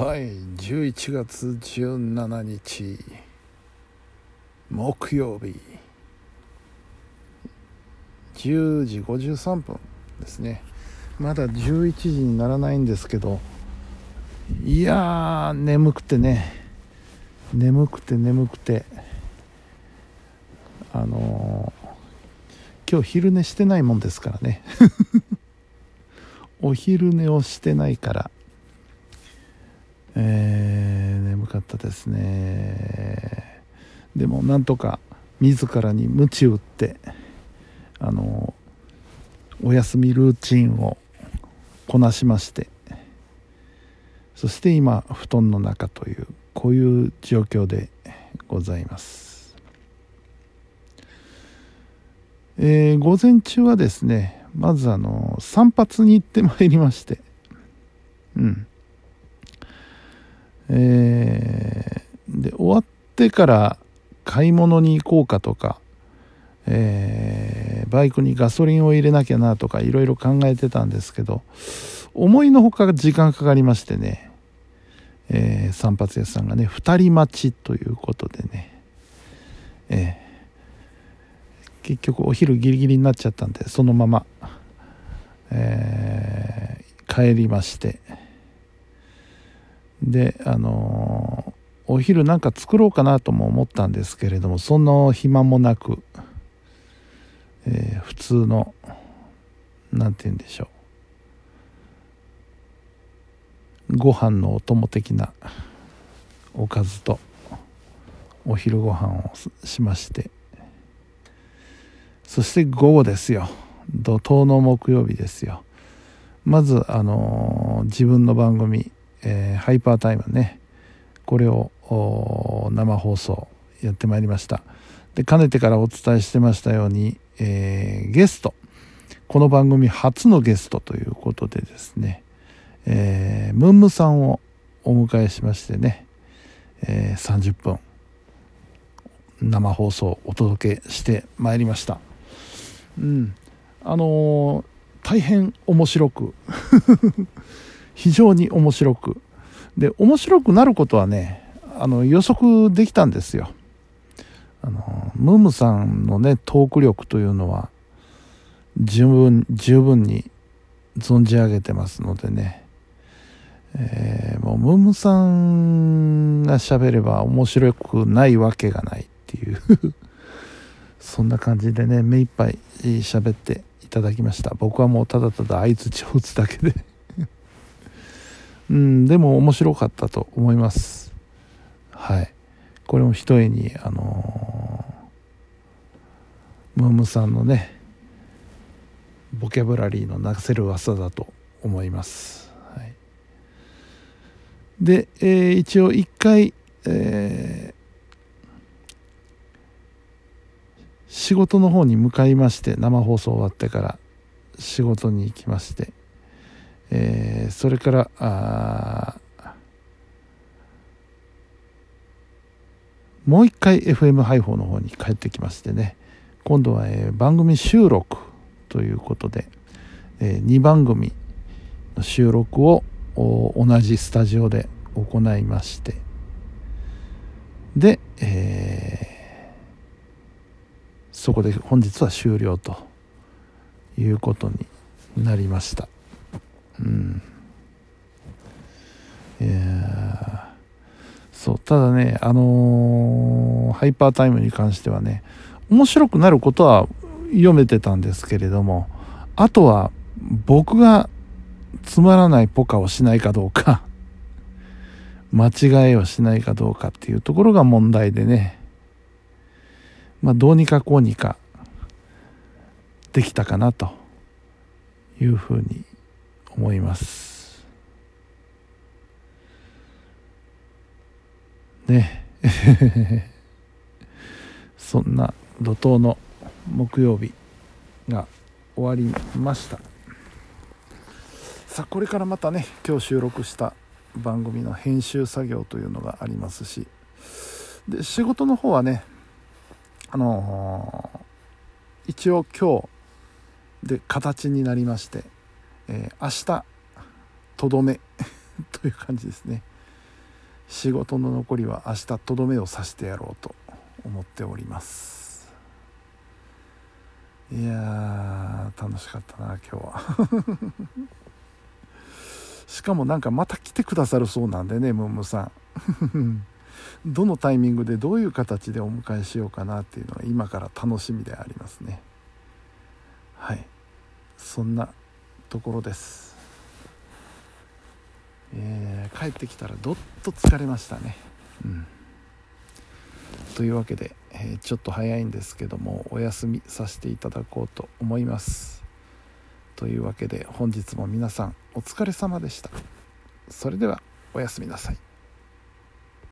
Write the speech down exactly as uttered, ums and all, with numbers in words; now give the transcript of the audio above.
はい、じゅういちがつじゅうしちにち木曜日じゅうじごじゅうさんぷんですね。まだじゅういちじにならないんですけど、いやー眠くてね眠くて眠くてあのー、今日昼寝してないもんですからねお昼寝をしてないからえー、眠かったですね。でもなんとか自らに鞭打ってあのお休みルーチンをこなしまして、そして今布団の中というこういう状況でございます。えー、午前中はですね、まずあの散髪に行ってまいりまして、うんえー、で終わってから買い物に行こうかとか、えー、バイクにガソリンを入れなきゃなとかいろいろ考えてたんですけど、思いのほか時間かかりましてね、えー、散髪屋さんがねふたり待ちということでね、えー、結局お昼ギリギリになっちゃったんでそのまま、えー、帰りまして、であのー、お昼なんか作ろうかなとも思ったんですけれども、その暇もなく、えー、普通のなんて言うんでしょう、ご飯のお供的なおかずとお昼ご飯をしまして、そして午後ですよ、怒涛の木曜日ですよ。まずあのー、自分の番組、えー、ハイパータイムね、これを生放送やってまいりました。でかねてからお伝えしてましたように、えー、ゲスト、この番組初のゲストということでですね、えー、ムンムさんをお迎えしましてね、えー、さんじゅっぷん生放送をお届けしてまいりました。うんあのー、大変面白く非常に面白くで面白くなることはね、あの予測できたんですよ。あのムームさんのねトーク力というのは十分十分に存じ上げてますのでね、えー、もうムームさんが喋れば面白くないわけがないっていうそんな感じでね目いっぱい喋っていただきました。僕はもうただただ相槌を打つだけでうん、でも面白かったと思います。はい、これもひとえにあのー、ムームさんのねボキャブラリーのなせる技だと思います。はい、で、えー、一応一回、えー、仕事の方に向かいまして、生放送終わってから仕事に行きまして、えー、それからあもう一回 エフエム ハイフォーの方に帰ってきましてね、今度は、えー、番組収録ということで、えー、にばんぐみの収録を同じスタジオで行いまして、で、えー、そこで本日は終了ということになりました。うん、いやそうただね、あのー、ハイパータイムに関してはね面白くなることは読めてたんですけれども、あとは僕がつまらないポカをしないかどうか間違いをしないかどうかっていうところが問題でね、まあどうにかこうにかできたかなというふうに思いますねそんな怒涛の木曜日が終わりました。さあこれからまたね今日収録した番組の編集作業というのがありますし、で仕事の方はねあのー、一応今日で形になりまして、えー、明日とどめという感じですね。 仕事の残りは明日とどめを刺してやろうと思っております。いやー楽しかったな今日はしかもなんかまた来てくださるそうなんでね、ムンムさんどのタイミングでどういう形でお迎えしようかなっていうのは今から楽しみでありますね。はい、そんなところです。えー、帰ってきたらどっと疲れましたね。うん、というわけで、えー、ちょっと早いんですけどもお休みさせていただこうと思います。というわけで本日も皆さんお疲れ様でした。それではおやすみなさい。